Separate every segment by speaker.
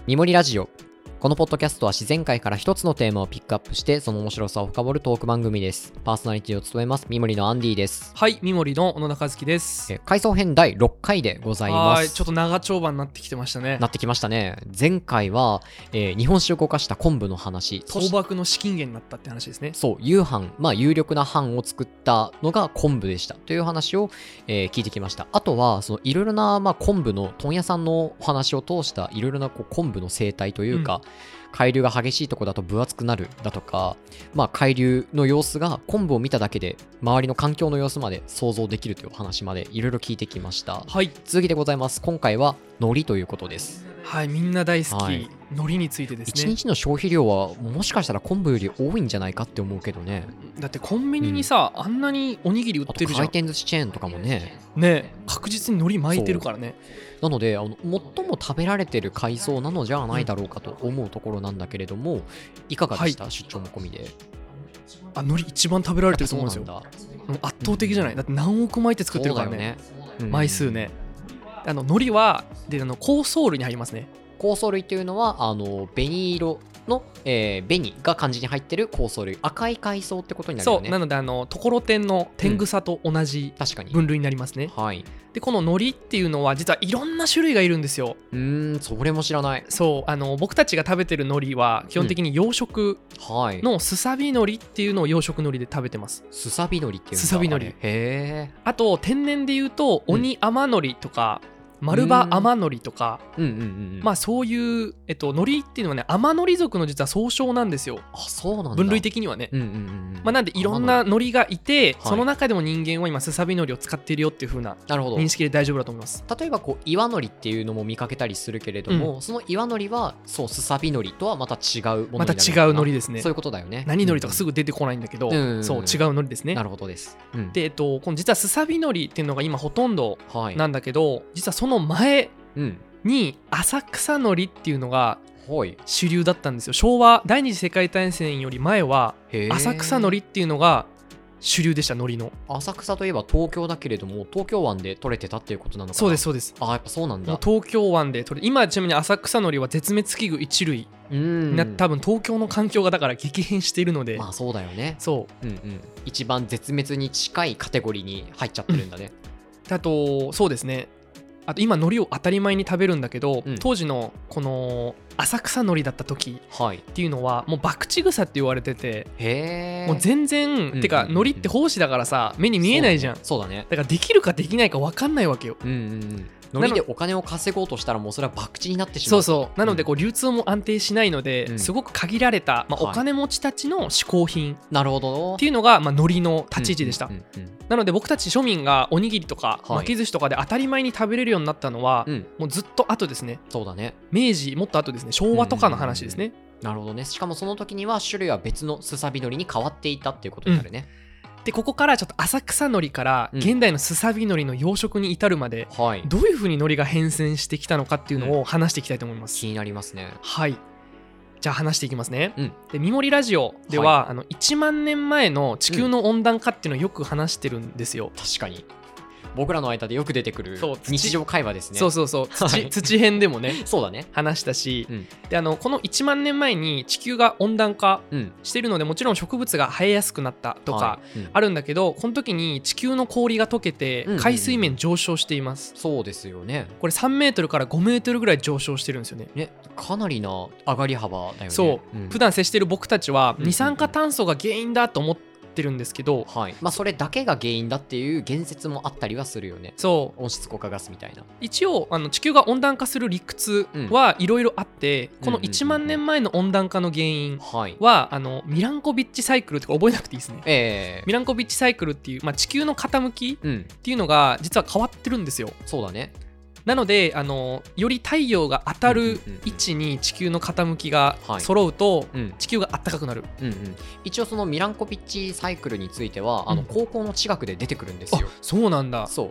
Speaker 1: みもりラジオ。このポッドキャストは自然界から一つのテーマをピックアップしてその面白さを深掘るトーク番組です。パーソナリティを務めますみもりのアンディです。
Speaker 2: はい、三森の小野田和樹です。
Speaker 1: 回想編第6回でございます。
Speaker 2: はい、ちょっと長丁場になってきてましたね。
Speaker 1: なってきましたね。前回は、日本酒を動かした昆布の話、
Speaker 2: 倒幕の資金源になったって話ですね。
Speaker 1: そう、有力な藩を作ったのが昆布でしたという話を、聞いてきました。あとはそのいろいろな、昆布の問屋さんのお話を通したいろいろな昆布の生態というか、海流が激しいところだと分厚くなるだとか、海流の様子が昆布を見ただけで周りの環境の様子まで想像できるという話までいろいろ聞いてきました。
Speaker 2: はい、
Speaker 1: 続きでございます。今回は海苔ということです。
Speaker 2: はい、みんな大好き、
Speaker 1: はい、
Speaker 2: 海苔についてですね。
Speaker 1: 1日の消費量はもしかしたら昆布より多いんじゃないかって思うけどね。
Speaker 2: だってコンビニにさ、あんなにおにぎり売ってるじゃん。
Speaker 1: 回転寿司チェーンとかもね
Speaker 2: 確実に海苔巻いてるからね。
Speaker 1: なので最も食べられてる海藻なのじゃないだろうかと思うところなんだけれども、いかがでした、出張も込みで。
Speaker 2: 海苔一番食べられてると思うんですよ。圧倒的じゃない。だって何億枚って作ってるからね。枚数ね。海苔はで香草類に入りますね。
Speaker 1: 香草類っていうのは紅色の、紅が漢字に入ってる香草類、赤い海藻ってことになるよね。
Speaker 2: そうなのでところてんの天草と同じ分類になりますね。
Speaker 1: はい。
Speaker 2: でこの海苔っていうのは実はいろんな種類がいるんですよ。
Speaker 1: それも知らない。
Speaker 2: そう僕たちが食べてる海苔は基本的に養殖のすさび海苔っていうのを養殖海苔で食べてます。
Speaker 1: すさび海苔っていうんだ。
Speaker 2: すさび海苔。
Speaker 1: へえ。
Speaker 2: あと天然でいうと鬼甘海苔とか、丸葉甘海苔とか、そういう、海苔っていうのはね、甘海苔族の実は総称なんですよ。
Speaker 1: あ、そうなんだ。
Speaker 2: 分類的にはね。なんでいろんな海苔がいて、その中でも人間は今すさび海苔を使っているよっていう風な認識で大丈夫だと思います。
Speaker 1: 例えば岩海苔っていうのも見かけたりするけれども、その岩海苔はそうすさび海苔とはまた違うものになるのかな。
Speaker 2: また違う海苔ですね。
Speaker 1: そういうことだよね。
Speaker 2: 何海苔とかすぐ出てこないんだけど、そう違う海苔ですね。
Speaker 1: なるほどです。
Speaker 2: でこの実はすさび海苔っていうのが今ほとんどなんだけど、実はその前に浅草海苔っていうのが主流だったんですよ。昭和第二次世界大戦より前は浅草海苔っていうのが主流でした。海苔の
Speaker 1: 浅草といえば東京だけれども、東京湾で取れてたっていうことなのかな。
Speaker 2: そうですそうです。
Speaker 1: あ、やっぱそうなんだ。
Speaker 2: 東京湾で取れ、今ちなみに浅草海苔は絶滅危惧1類多分東京の環境がだから激変しているので。
Speaker 1: そうだよね。
Speaker 2: そう、
Speaker 1: 一番絶滅に近いカテゴリーに入っちゃってるんだね。
Speaker 2: あとそうですね。あと今海苔を当たり前に食べるんだけど、当時のこの浅草海苔だった時っていうのはもう博打草って言われてて、もう全然、てか海苔って胞子だからさ目に見えないじゃん。
Speaker 1: そうだね。
Speaker 2: だからできるかできないか分かんないわけよ。
Speaker 1: 海苔でお金を稼ごうとしたらもうそれは博打になってしまう。
Speaker 2: そうなので流通も安定しないので、すごく限られた、お金持ちたちの嗜好品っていうのが、海苔の立ち位置でした。なので僕たち庶民がおにぎりとか巻き寿司とかで当たり前に食べれるようになったのは、もうずっと後ですね。
Speaker 1: そうだね。
Speaker 2: 明治もっと後ですね。昭和とかの話ですね。
Speaker 1: なるほどね。しかもその時には種類は別のすさび海苔に変わっていたっていうことになるね。
Speaker 2: でここからちょっと浅草海苔から現代のすさび海苔の養殖に至るまで、どういう風に海苔が変遷してきたのかっていうのを話していきたいと思います。
Speaker 1: 気になりますね。
Speaker 2: はい、じゃあ話していきますね。でみもりラジオでは、1万年前の地球の温暖化っていうのをよく話してるんですよ。
Speaker 1: 確かに僕らの間でよく出てくる日常会話ですね。
Speaker 2: そう土編でもね
Speaker 1: そうだね、
Speaker 2: 話したし、でこの1万年前に地球が温暖化してるので、もちろん植物が生えやすくなったとかあるんだけど、この時に地球の氷が溶けて海水面上昇しています。
Speaker 1: そうですよね。これ
Speaker 2: 3メートルから5メートルぐらい上昇してるんですよね。
Speaker 1: かなりな上がり幅だよね。
Speaker 2: そう、普段接してる僕たちは二酸化炭素が原因だと思ってるんですけど、
Speaker 1: それだけが原因だっていう言説もあったりはするよね。
Speaker 2: そう
Speaker 1: 温室効果ガスみたいな。
Speaker 2: 一応地球が温暖化する理屈はいろいろあって、この1万年前の温暖化の原因はミランコビッチサイクルとか覚えなくていいですね。ミランコビッチサイクルっていう、地球の傾きっていうのが実は変わってるんですよ。
Speaker 1: そうだね。
Speaker 2: なのでより太陽が当たる位置に地球の傾きが揃うと地球が暖かくなる。
Speaker 1: 一応そのミランコビッチサイクルについては高校の地学で出てくるんですよ。
Speaker 2: そうなんだ。
Speaker 1: そう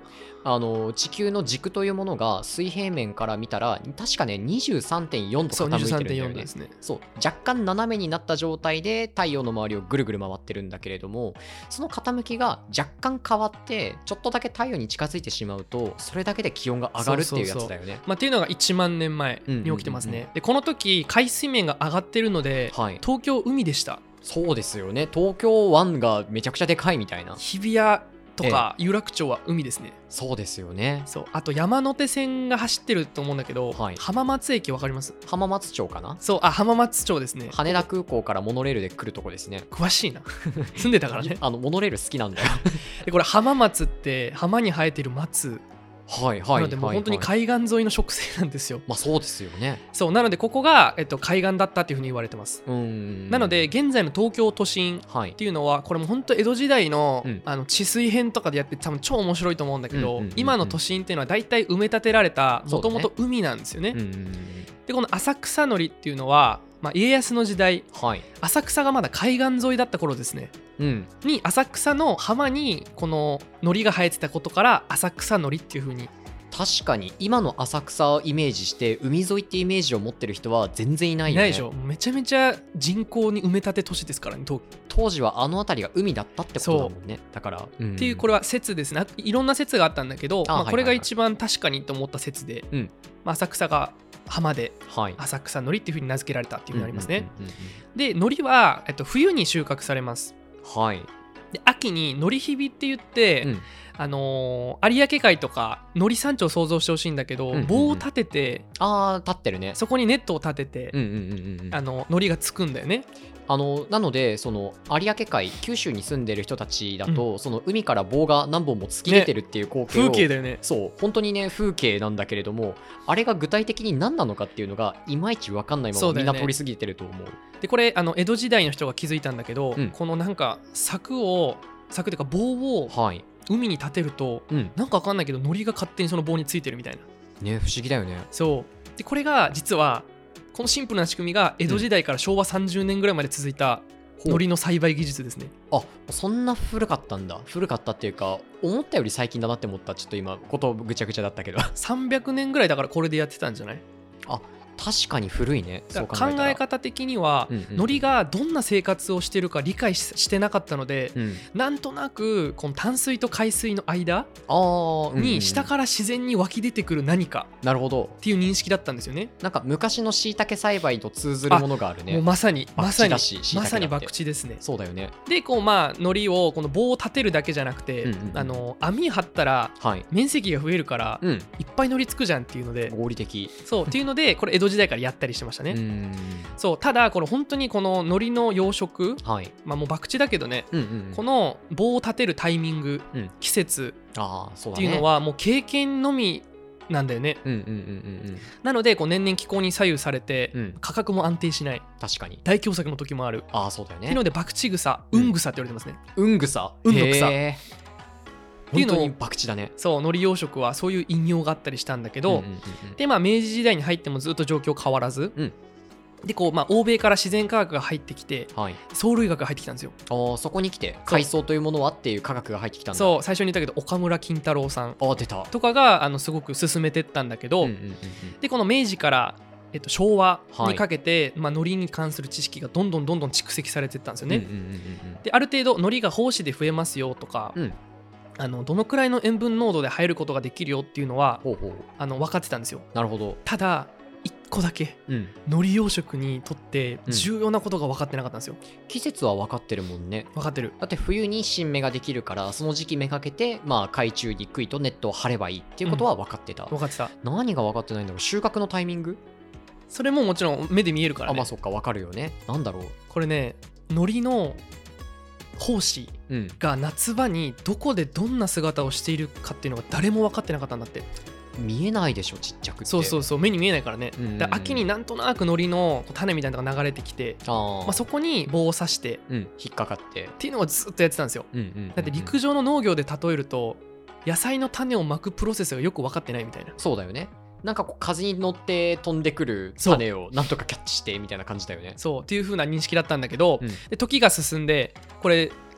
Speaker 1: 地球の軸というものが水平面から見たら確かね 23.4 と傾いてるんだよね。
Speaker 2: ですね。
Speaker 1: そう、若干斜めになった状態で太陽の周りをぐるぐる回ってるんだけれども、その傾きが若干変わってちょっとだけ太陽に近づいてしまうとそれだけで気温が上がるっていうやつだよね。
Speaker 2: っていうのが1万年前に起きてますね。でこの時海水面が上がってるので、東京海でした。
Speaker 1: そうですよね。東京湾がめちゃくちゃでかいみたいな。
Speaker 2: 日比谷とか有楽町は海ですね。
Speaker 1: そうですよね。
Speaker 2: そう、あと山手線が走ってると思うんだけど、浜松駅わかります？
Speaker 1: 浜松町かな。
Speaker 2: そう、浜松町ですね。
Speaker 1: 羽田空港からモノレールで来るとこですね。
Speaker 2: 詳しいな住んでたからね
Speaker 1: モノレール好きなんだよ
Speaker 2: でこれ浜松って浜に生えてる松なのでもう本当に海岸沿いの植生なんですよ。
Speaker 1: そうですよね。
Speaker 2: そうなのでここが、海岸だったっていうふうに言われてます。なので現在の東京都心っていうのは、これも本当江戸時代の、治水編とかでやって多分超面白いと思うんだけど、今の都心っていうのは大体埋め立てられたもともと海なんですよね。でこの浅草のりっていうのは、家康の時代、浅草がまだ海岸沿いだった頃ですね、に浅草の浜にこの海苔が生えてたことから浅草海苔っていう風に。
Speaker 1: 確かに今の浅草をイメージして海沿いってイメージを持ってる人は全然いないよね。
Speaker 2: いないでしょ。めちゃめちゃ人口に埋め立て都市ですからね。
Speaker 1: 当時はあの辺りが海だったってことだもんね。だから、
Speaker 2: っていうこれは説ですね。いろんな説があったんだけど、これが一番確かにと思った説で、浅草が浜で浅草海苔っていう風に名付けられたっていう風になりますね。で海苔は、冬に収穫されます。で秋に海苔ひびって言って、有明海とか海苔産地を想像してほしいんだけど、棒を立てて、
Speaker 1: 立ってるね。
Speaker 2: そこにネットを立てて海苔がつくんだよね。
Speaker 1: なのでその有明海九州に住んでる人たちだと、その海から棒が何本も突き出てるっていう光景を、
Speaker 2: 風景だよね。
Speaker 1: そう本当にね風景なんだけれども、あれが具体的に何なのかっていうのがいまいち分かんないままみんな通り過ぎてると思う。
Speaker 2: でこれ江戸時代の人が気づいたんだけど、このなんか柵っていうか棒を海に立てると、なんか分かんないけど海苔が勝手にその棒についてるみたいな
Speaker 1: ね。不思議だよね。
Speaker 2: そうでこれが実はこのシンプルな仕組みが江戸時代から昭和30年ぐらいまで続いた海苔の栽培技術ですね。
Speaker 1: そんな古かったんだ。古かったっていうか思ったより最近だなって思った。ちょっと今ことぐちゃぐちゃだったけど
Speaker 2: 300年ぐらいだからこれでやってたんじゃない？
Speaker 1: 確かに古いね。そう考
Speaker 2: え方的には、海苔がどんな生活をしてるか理解してなかったので、なんとなくこの淡水と海水の間に下から自然に湧き出てくる何かっていう認識だったんですよね。
Speaker 1: なんか昔の椎茸栽培と通ずるものがあるね。
Speaker 2: もうまさに博打ですね。
Speaker 1: そうだよね。
Speaker 2: でこう海苔をこの棒を立てるだけじゃなくて、網張ったら面積が増えるから、いっぱい海苔つくじゃんっていうので、
Speaker 1: 合理的
Speaker 2: そうっていうのでこれ江戸時代からやったりしてましたね。そうただこれ本当にこの海苔の養殖、もう博打だけどね、この棒を立てるタイミング、季節っていうのはもう経験のみなんだよね。なのでこう年々気候に左右されて、価格も安定しない。
Speaker 1: 確かに
Speaker 2: 大凶作の時もある。
Speaker 1: そうだよね。
Speaker 2: っていうので博打草、運草って言われてますね。
Speaker 1: 運草、
Speaker 2: 運の草
Speaker 1: っていうのを博打だね。
Speaker 2: そう海苔養殖はそういう引用があったりしたんだけど、で明治時代に入ってもずっと状況変わらず、でこう欧米から自然科学が入ってきて、藻類学が入ってきたんですよ。
Speaker 1: そこに来て海藻というものはっていう科学が入ってきたんだ。
Speaker 2: そう最初に言ったけど岡村金太郎さん
Speaker 1: 出た
Speaker 2: とかがすごく進めてったんだけど、でこの明治から昭和にかけて、海苔に関する知識がどんどん蓄積されていったんですよね。である程度海苔が胞子で増えますよとか、どのくらいの塩分濃度で生えることができるよっていうのは分かってたんですよ。
Speaker 1: なるほど。
Speaker 2: ただ1個だけ、海苔養殖にとって重要なことが分かってなかったんですよ。
Speaker 1: 季節は分かってるもんね。
Speaker 2: 分かってる。
Speaker 1: だって冬に新芽ができるからその時期めがけて、海中に杭とネットを張ればいいっていうことは分かってた。
Speaker 2: 分かってた。
Speaker 1: 何が分かってないんだろう。収穫のタイミング？
Speaker 2: それももちろん目で見えるからね。
Speaker 1: そっか分かるよね。なんだろう
Speaker 2: これね、海苔の胞子が夏場にどこでどんな姿をしているかっていうのが誰も分かってなかったんだって。
Speaker 1: 見えないでしょちっちゃくて。
Speaker 2: そう目に見えないからね。秋になんとなく海苔の種みたいなのが流れてきて、そこに棒を刺して、
Speaker 1: 引っかかって
Speaker 2: っていうのをずっとやってたんですよ。だって陸上の農業で例えると野菜の種をまくプロセスがよく分かってないみたいな。
Speaker 1: そうだよね。なんかこう風に乗って飛んでくる種をなんとかキャッチしてみたいな感じだよね。
Speaker 2: そうっていう風な認識だったんだけど、で時が進んでこれ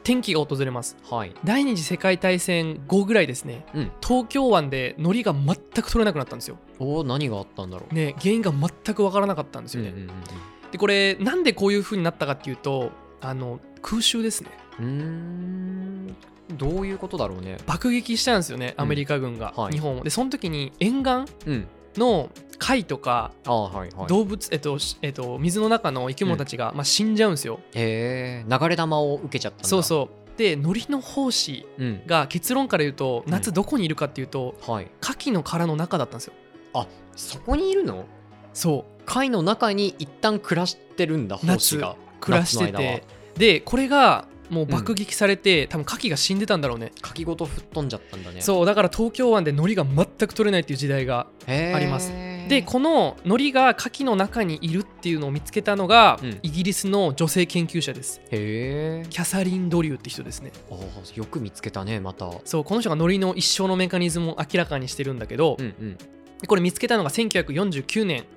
Speaker 2: 転機が訪れます、
Speaker 1: はい、
Speaker 2: 第二次世界大戦後ぐらいですね、東京湾で海苔が全く取れなくなったんですよ。
Speaker 1: 何があったんだろう
Speaker 2: ね。原因が全く分からなかったんですよね、でこれなんでこういう風になったかっていうと空襲ですね。
Speaker 1: どういうことだろうね。
Speaker 2: 爆撃したんですよね、アメリカ軍が、日本を。でその時に沿岸の貝とか動物、水の中の生き物たちが、死んじゃうんですよ。
Speaker 1: 流れ弾を受けちゃったんだ。
Speaker 2: そうそうで海苔の胞子が結論から言うと、夏どこにいるかっていうと、牡蠣の殻の中だったんですよ。
Speaker 1: あ、そこにいるの？
Speaker 2: そう、
Speaker 1: 貝の中に一旦暮らしてるんだ、胞子が
Speaker 2: 暮らしてて、でこれがもう爆撃されて、多分牡蠣が死んでたんだろうね。
Speaker 1: 牡蠣ごと吹っ飛んじゃったんだね。
Speaker 2: そうだから東京湾で海苔が全く取れないっていう時代があります。でこの海苔が牡蠣の中にいるっていうのを見つけたのが、イギリスの女性研究者です。キャサリン・ドリューって人ですね。
Speaker 1: よく見つけたね。また
Speaker 2: そう、この人が海苔の一生のメカニズムを明らかにしてるんだけど、これ見つけたのが1949年。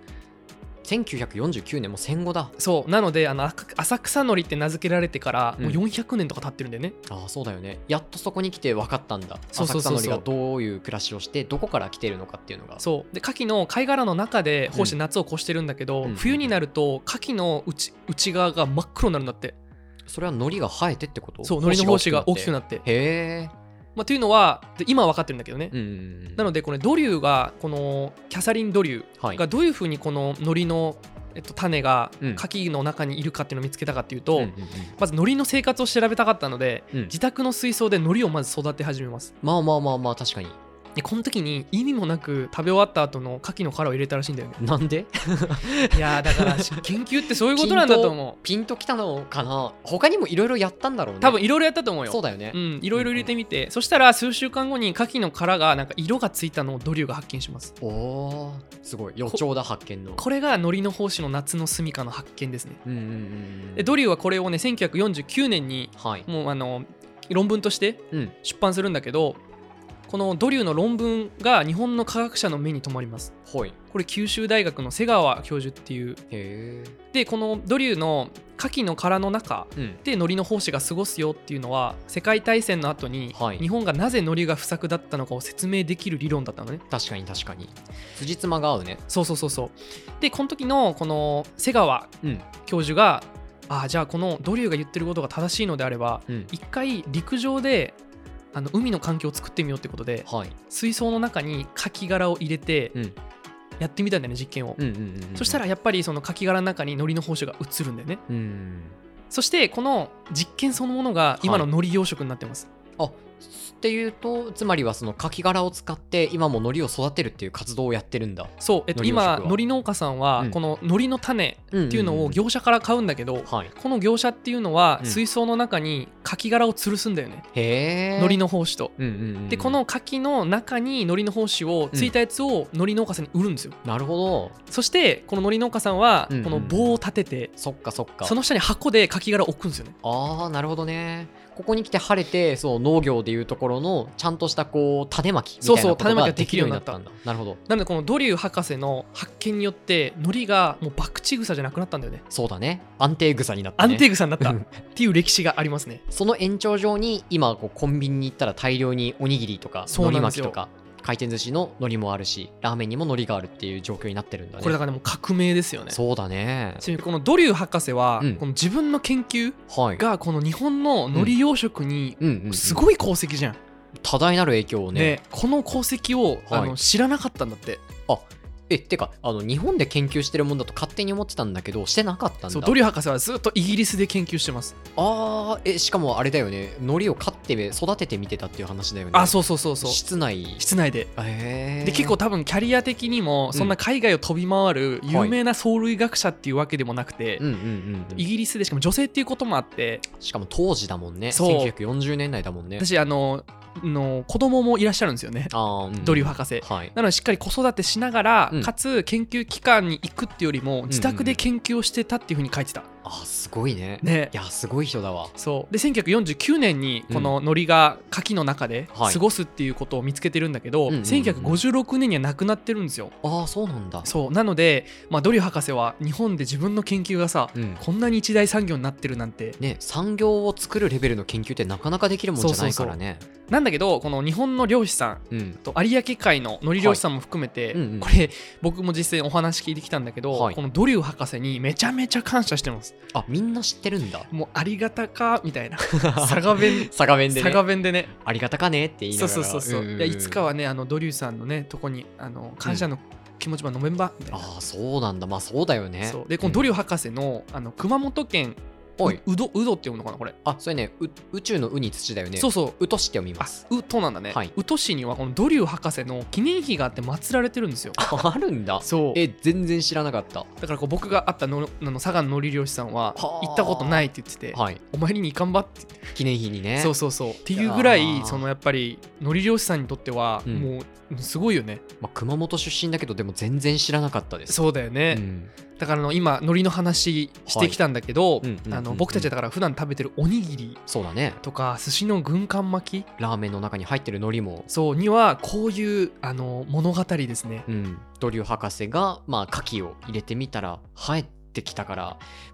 Speaker 1: 1949年も戦後だ。
Speaker 2: そうなので浅草海苔って名付けられてからもう400年とか経ってるんだよね。
Speaker 1: そうだよね。やっとそこに来て分かったんだ。浅草海苔がどういう暮らしをしてどこから来てるのかっていうのが。
Speaker 2: そうで、牡蠣の貝殻の中で胞子夏を越してるんだけど、冬になると牡蠣の内側が真っ黒になるんだって。そ
Speaker 1: れは海苔が生えてってこと？
Speaker 2: そう、海苔の胞子が大きくなって。
Speaker 1: へー。
Speaker 2: というのは今は分かってるんだけどね、なのでこれドリューがこのキャサリン・ドリューがどういうふうにこの海苔の種が牡蠣の中にいるかっていうのを見つけたかっていうと、まず海苔の生活を調べたかったので、自宅の水槽で海苔をまず育て始めます。
Speaker 1: まあ確かに。
Speaker 2: でこの時に意味もなく食べ終わった後の牡蠣の殻を入れたらしいんだよね。
Speaker 1: なんで？
Speaker 2: いやだから研究ってそういうことなんだと思う。
Speaker 1: ピンときたのかな。他にもいろいろやったんだろうね。
Speaker 2: 多分いろいろやったと思うよ。
Speaker 1: そうだよね。
Speaker 2: いろいろ入れてみて、そしたら数週間後に牡蠣の殻がなんか色がついたのをドリューが発見します。
Speaker 1: すごい予兆だ。発見の
Speaker 2: これが海苔の胞子の夏の住処の発見ですね。でドリューはこれをね1949年にもう論文として出版するんだけど、このドリューの論文が日本の科学者の目に留まります。これ九州大学の瀬川教授っていう。でこのドリューの牡蠣の殻の中で海苔の胞子が過ごすよっていうのは、世界大戦の後に日本がなぜ海苔が不作だったのかを説明できる理論だったのね。
Speaker 1: 確かに辻褄が合うね。
Speaker 2: そうでこの時のこの瀬川教授が、じゃあこのドリューが言ってることが正しいのであれば、一回陸上で海の環境を作ってみようってことで、水槽の中に牡蠣殻を入れてやってみたんだよね、実験を。そしたらやっぱりその牡蠣殻の中に海苔の胞子が映るんだよね。そしてこの実験そのものが今の海苔養殖になってます。
Speaker 1: っていうと、つまりはその牡蠣殻を使って今も海苔を育てるっていう活動をやってるんだ。
Speaker 2: そう、今海苔農家さんはこの海苔の種っていうのを業者から買うんだけど、この業者っていうのは水槽の中に牡蠣殻を吊るすんだよね。海苔の胞子と。でこの牡蠣の中に海苔の胞子をついたやつを海苔農家さんに売るんですよ。
Speaker 1: なるほど。
Speaker 2: そしてこの海苔農家さんはこの棒を立てて、その下に箱で牡蠣殻を置くんですよね。
Speaker 1: なるほどね。ここに来て晴れて、そう農業でいうところのちゃんとしたこう種まきみたいなことができるようになったんだ。なるほど。
Speaker 2: なのでこのドリュー博士の発見によって海苔がもう博打草じゃなくなったんだよね。
Speaker 1: そうだね。安定草になったね。
Speaker 2: 安定草になったっていう歴史がありますね。
Speaker 1: その延長上に今こうコンビニに行ったら大量におにぎりとか海苔巻きとか回転寿司の海苔もあるし、ラーメンにも海苔があるっていう状況になってるんだね。
Speaker 2: これだからもう革命ですよね。
Speaker 1: そうだね。
Speaker 2: ちなみにこのドリュー博士は、この自分の研究がこの日本の海苔養殖にすごい功績じゃん。
Speaker 1: 多大なる影響をね。
Speaker 2: この功績を、知らなかったんだって。
Speaker 1: てか日本で研究してるもんだと勝手に思ってたんだけど、してなかったんだ。
Speaker 2: そう、ドリュー博士はずっとイギリスで研究してます。
Speaker 1: しかもあれだよね、海苔を飼って育ててみてたっていう話だよね。
Speaker 2: そう
Speaker 1: 室内
Speaker 2: で。で結構多分キャリア的にもそんな海外を飛び回る有名な藻類学者っていうわけでもなくて、イギリスでしかも女性っていうこともあって、
Speaker 1: しかも当時だもんね。1940年代だもんね。
Speaker 2: 私子供もいらっしゃるんですよね、ドリュー博士。なのでしっかり子育てしながら、かつ研究機関に行くっていうよりも自宅で研究をしてたっていう風に書いてた。
Speaker 1: すごいね。
Speaker 2: ね、
Speaker 1: いやすごい人だわ。
Speaker 2: そうで1949年にこの海苔が牡蠣の中で過ごすっていうことを見つけてるんだけど、1956年にはなくなってるんですよ。
Speaker 1: そうなんだ。
Speaker 2: そうなので、ドリュー博士は日本で自分の研究がさ、こんなに一大産業になってるなんて
Speaker 1: ね、産業を作るレベルの研究ってなかなかできるもんじゃないからね。
Speaker 2: なんだけどこの日本の漁師さんと有明海の海苔漁師さんも含めて、これ僕も実際にお話聞いてきたんだけど、このドリュー博士にめちゃめちゃ感謝してます。
Speaker 1: みんな知ってるんだ。
Speaker 2: もうありがたかみたいな佐賀弁でね
Speaker 1: ありがたかねって言いながら、
Speaker 2: そういやいつかはねドリューさんのねとこに感謝の気持ちば飲めんばみたいな。
Speaker 1: そうなんだ。そうだよね。
Speaker 2: でこのドリュー博士の熊本県うどって読むのかなこれ。
Speaker 1: それね、宇宙の「う」に土だよね。
Speaker 2: そう
Speaker 1: うとしって読みます。
Speaker 2: うとなんだね。うとしにはこのドリュー博士の記念碑があって祀られてるんですよ。
Speaker 1: あるんだ。
Speaker 2: そう
Speaker 1: 全然知らなかった。
Speaker 2: だから僕が会った佐賀の海苔漁師さんは行ったことないって言ってて、お参りに行かんばって
Speaker 1: 記念碑にね。
Speaker 2: そうっていうぐらいやっぱり海苔漁師さんにとってはもうすごいよね。
Speaker 1: 熊本出身だけどでも全然知らなかったです。
Speaker 2: そうだよね。だから今海苔の話してきたんだけど、僕たちだから普段食べてるおにぎりとか寿司の軍艦巻き、
Speaker 1: ラーメンの中に入ってる海苔も
Speaker 2: にはこういう物語ですね。
Speaker 1: ドリュー博士が牡蠣を入れてみたら生えてきたから、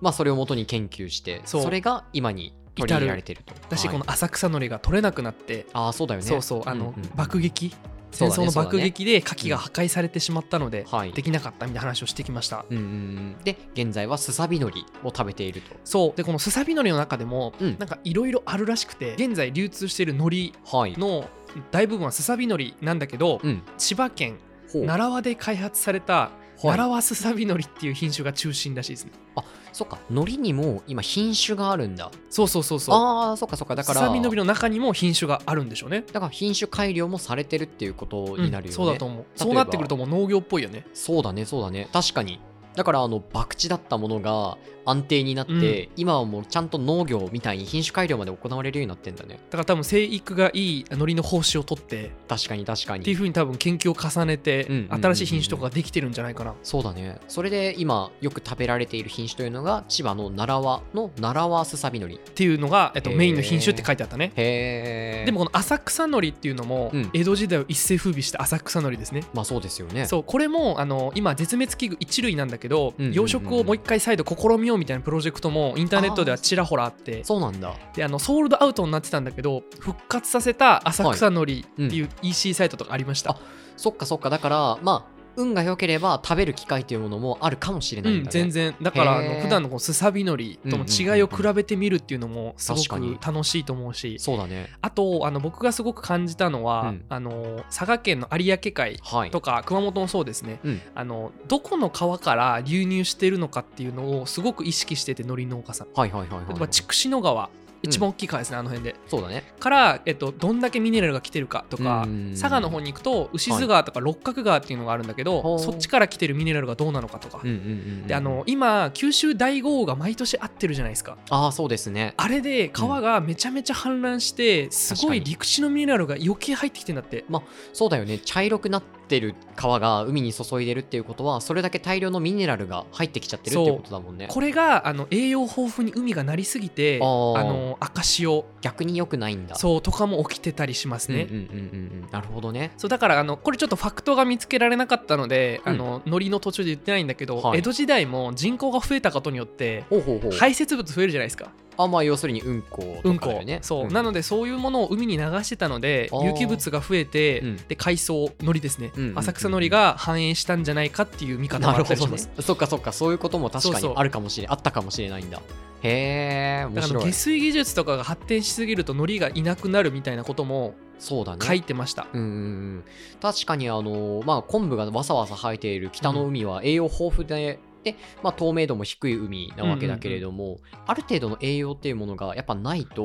Speaker 1: それを元に研究してそれが今に取り入れられてると。
Speaker 2: だしこの浅草海苔が取れなくなって、
Speaker 1: そうだよね。
Speaker 2: 爆撃戦争の爆撃で牡蠣が破壊されてしまったのでできなかったみたいな話をしてきました。
Speaker 1: で現在はすさび海苔を食べていると。
Speaker 2: そうでこのすさび海苔の中でもなんかいろいろあるらしくて、現在流通している海苔の大部分はすさび海苔なんだけど、千葉県奈良輪で開発された奈良輪すさび海苔っていう品種が中心らしいですね。
Speaker 1: そっか、海苔にも今品種があるんだ。
Speaker 2: そう
Speaker 1: そっか。だから
Speaker 2: すさび海苔の中にも品種があるんでしょうね。
Speaker 1: だから品種改良もされてるっていうことになるよね。
Speaker 2: そうだと思う。そうなってくるともう農業っぽいよね。
Speaker 1: そうだね確かに。だから博打だったものが安定になって、今はもうちゃんと農業みたいに品種改良まで行われるようになってんだね。
Speaker 2: だから多分生育がいい海苔の胞子を取って、
Speaker 1: 確かに
Speaker 2: っていう風に多分研究を重ねて新しい品種とかができてるんじゃないかな。
Speaker 1: そうだね。それで今よく食べられている品種というのが千葉の奈良輪の奈良輪すさび海苔
Speaker 2: っていうのが、メインの品種って書いてあったね。
Speaker 1: で
Speaker 2: もこの浅草海苔っていうのも、江戸時代を一世風靡した浅草海苔ですね。
Speaker 1: そうですよね。
Speaker 2: これも今絶滅危惧一類なんだけど、養殖をもう一回再度試みようみたいなプロジェクトもインターネットではちらほらあって、
Speaker 1: そうなんだ。
Speaker 2: でソールドアウトになってたんだけど復活させた浅草海苔っていう EC サイトとかありました。
Speaker 1: そっか。だから運が良ければ食べる機会というものもあるかもしれないんだね。
Speaker 2: 全然。だから普段のすさび海苔との違いを比べてみるっていうのもすごく楽しいと思うし、
Speaker 1: そうだね。
Speaker 2: あと僕がすごく感じたのは、佐賀県の有明海とか熊本もそうですね、どこの川から流入しているのかっていうのをすごく意識してて、海苔農家さん。例えば筑紫野川一番大きい川ですね、あの辺で。
Speaker 1: そうだね。
Speaker 2: から、どんだけミネラルが来てるかとか、佐賀の方に行くと牛津川とか六角川っていうのがあるんだけど、そっちから来てるミネラルがどうなのかとか。で今九州大豪雨が毎年あってるじゃないですか。
Speaker 1: そうですね。
Speaker 2: あれで川がめちゃめちゃ氾濫して、すごい陸地のミネラルが余計入ってきてんだって。
Speaker 1: そうだよね。茶色くなってる川が海に注いでるっていうことは、それだけ大量のミネラルが入ってきちゃってるっていうことだもんね。
Speaker 2: これが栄養豊富に海がなりすぎて赤潮
Speaker 1: 逆に良くないんだ。
Speaker 2: とかも起きてたりしますね。
Speaker 1: なるほどね。
Speaker 2: だからこれちょっとファクトが見つけられなかったので、海苔の途中で言ってないんだけど、江戸時代も人口が増えたことによって排泄物増えるじゃないですか。
Speaker 1: 要するにうんことかだよね。
Speaker 2: なのでそういうものを海に流してたので有機物が増えて、で海藻海苔ですね、浅草海苔が繁栄したんじゃないかっていう見方もあったりします。
Speaker 1: そっか。そういうことも確かにあるかもしれあったかもしれないんだ。へえ、面白い。
Speaker 2: だから下水技術とかが発展しすぎると海苔がいなくなるみたいなことも書いてました。
Speaker 1: 確かに昆布がわさわさ生えている北の海は栄養豊富で、透明度も低い海なわけだけれども、ある程度の栄養っていうものがやっぱないと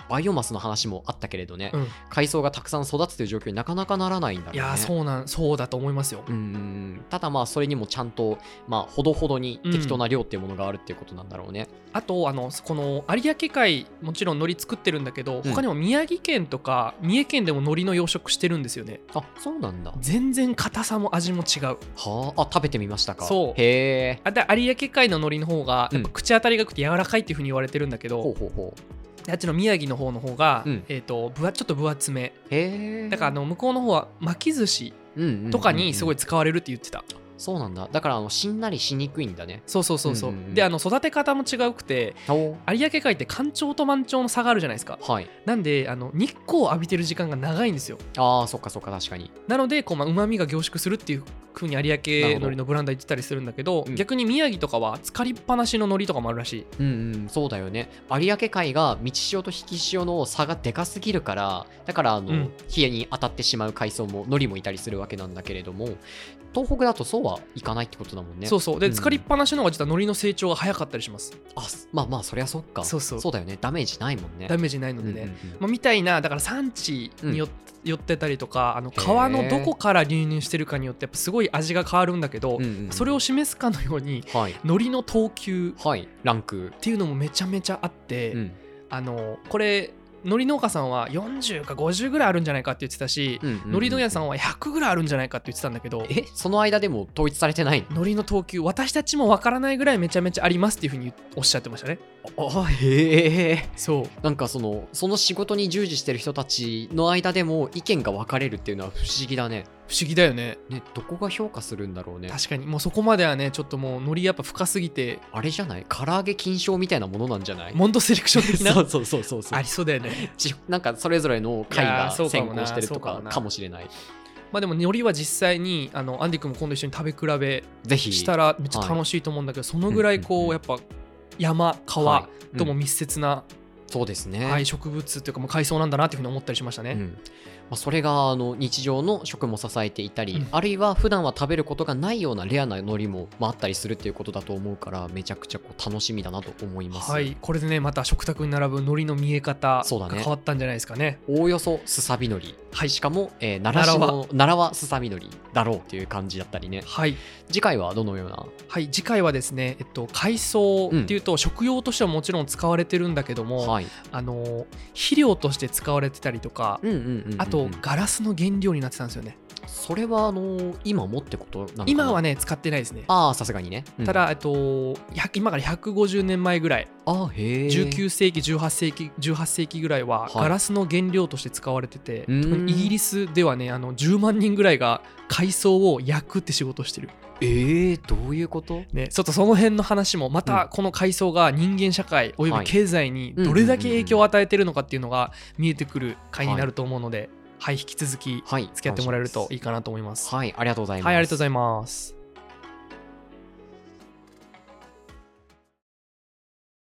Speaker 1: バイオマスの話もあったけれどね、
Speaker 2: うん、
Speaker 1: 海藻がたくさん育つという状況になかなかならないんだろうね。
Speaker 2: いやそうだと思いますよ。
Speaker 1: ただまあそれにもちゃんとまあほどほどに適当な量っていうものがあるっていうことなんだろうね。
Speaker 2: あとこの有明海もちろん海苔作ってるんだけど、他にも宮城県とか三重県でも海苔の養殖してるんですよね。
Speaker 1: あ、そうなんだ。
Speaker 2: 全然硬さも味も違う。
Speaker 1: はあ、食べてみましたか。
Speaker 2: そう。
Speaker 1: へえ。
Speaker 2: 有明海の海苔の方がやっぱ口当たりが良くて柔らかいっていう風に言われてるんだけど、あっちの宮城の方の方が、ちょっと分厚め。
Speaker 1: へえ。
Speaker 2: だから向こうの方は巻き寿司とかにすごい使われるって言ってた。
Speaker 1: そうなんだ。だからしんなりしにくいんだね。
Speaker 2: そう、で育て方も違うくて、有明海って干潮と満潮の差があるじゃないですか。
Speaker 1: はい。
Speaker 2: なんで日光を浴びてる時間が長いんですよ。
Speaker 1: ああ、そっか確かに。
Speaker 2: なのでうまみが凝縮するっていう風に有明海苔のブランドは言ってたりするんだけど、逆に宮城とかは浸かりっぱなしの海苔とかもあるらしい。
Speaker 1: そうだよね。有明海が満ち潮と引き潮の差がでかすぎるから、だから冷えに当たってしまう海藻も海苔もいたりするわけなんだけれども、東北だとそうはいかないってことだもんね。
Speaker 2: そうで、浸かりっぱなしの方が実は海苔の成長が早かったりします。
Speaker 1: まあそりゃそっか。そうだよね。ダメージないもんね。
Speaker 2: ダメージないのでね、みたいな、だから産地によってたりとか、川のどこから流入してるかによってやっぱすごい味が変わるんだけど、それを示すかのように、海苔の等級
Speaker 1: ランク
Speaker 2: っていうのもめちゃめちゃあって、これ海苔農家さんは40か50ぐらいあるんじゃないかって言ってたし、海苔問屋さんは100ぐらいあるんじゃないかって言ってたんだけど、
Speaker 1: その間でも統一されてない？
Speaker 2: 海苔の等級、私たちもわからないぐらいめちゃめちゃありますっていうふうにおっしゃってましたね。
Speaker 1: へえ。
Speaker 2: そう。
Speaker 1: なんかその仕事に従事してる人たちの間でも意見が分かれるっていうのは不思議だね。
Speaker 2: 不思議だよね。
Speaker 1: どこが評価するんだろうね。
Speaker 2: 確かにもうそこまではね、ちょっともう海苔やっぱ深すぎて、
Speaker 1: あれじゃない？唐揚げ金賞みたいなものなんじゃない？
Speaker 2: モンドセレクション的な。
Speaker 1: そう
Speaker 2: ありそうだよね。
Speaker 1: なんかそれぞれの会が先行してるとかかもしれない。
Speaker 2: まあでも海苔は実際にアンディ君も今度一緒に食べ比べしたらめっちゃ楽しいと思うんだけど、そのぐらいやっぱ山川とも密接な、
Speaker 1: そうですね、
Speaker 2: 植物というか海藻なんだなっていうふうに思ったりしましたね。
Speaker 1: それが日常の食も支えていたり、あるいは普段は食べることがないようなレアな海苔もあったりするっていうことだと思うから、めちゃくちゃ楽しみだなと思います。
Speaker 2: これでね、また食卓に並ぶ海苔の見え方が変わったんじゃないですかね。
Speaker 1: おおよそすさび海苔、しかも、奈良はすさび海苔だろうっていう感じだったりね。次回はどのような？
Speaker 2: 次回はですね、海藻っていうと食用としてはもちろん使われてるんだけども、肥料として使われてたりとか、あとガラスの原料になってたんですよね。
Speaker 1: それは今もってことなのかな？
Speaker 2: 今はね使ってないですね。
Speaker 1: さすがにね。
Speaker 2: ただ今から150年前ぐらい、19世紀18世紀ぐらいはガラスの原料として使われてて、特にイギリスではね10万人ぐらいが海藻を焼くって仕事をしてる。
Speaker 1: どういうこと
Speaker 2: ね、ちょっとその辺の話もまたこの海藻が人間社会および経済にどれだけ影響を与えているのかっていうのが見えてくる回になると思うので、引き続き付き合ってもらえるといいかなと思います。
Speaker 1: ありがとうございます。
Speaker 2: ありがとうございます。